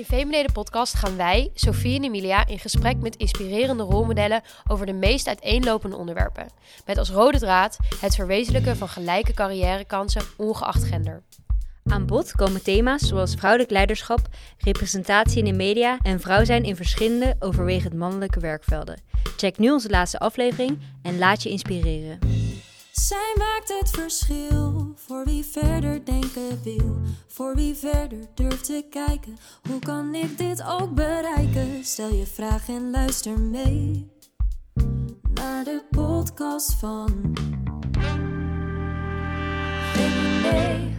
In Feminine de podcast gaan wij, Sophie en Emilia, in gesprek met inspirerende rolmodellen over de meest uiteenlopende onderwerpen. Met als rode draad het verwezenlijken van gelijke carrièrekansen ongeacht gender. Aan bod komen thema's zoals vrouwelijk leiderschap, representatie in de media en vrouw zijn in verschillende overwegend mannelijke werkvelden. Check nu onze laatste aflevering en laat je inspireren. Zij maakt het verschil voor wie verder denken wil, voor wie verder durft te kijken. Hoe kan ik dit ook bereiken? Stel je vraag en luister mee naar de podcast van Feminine.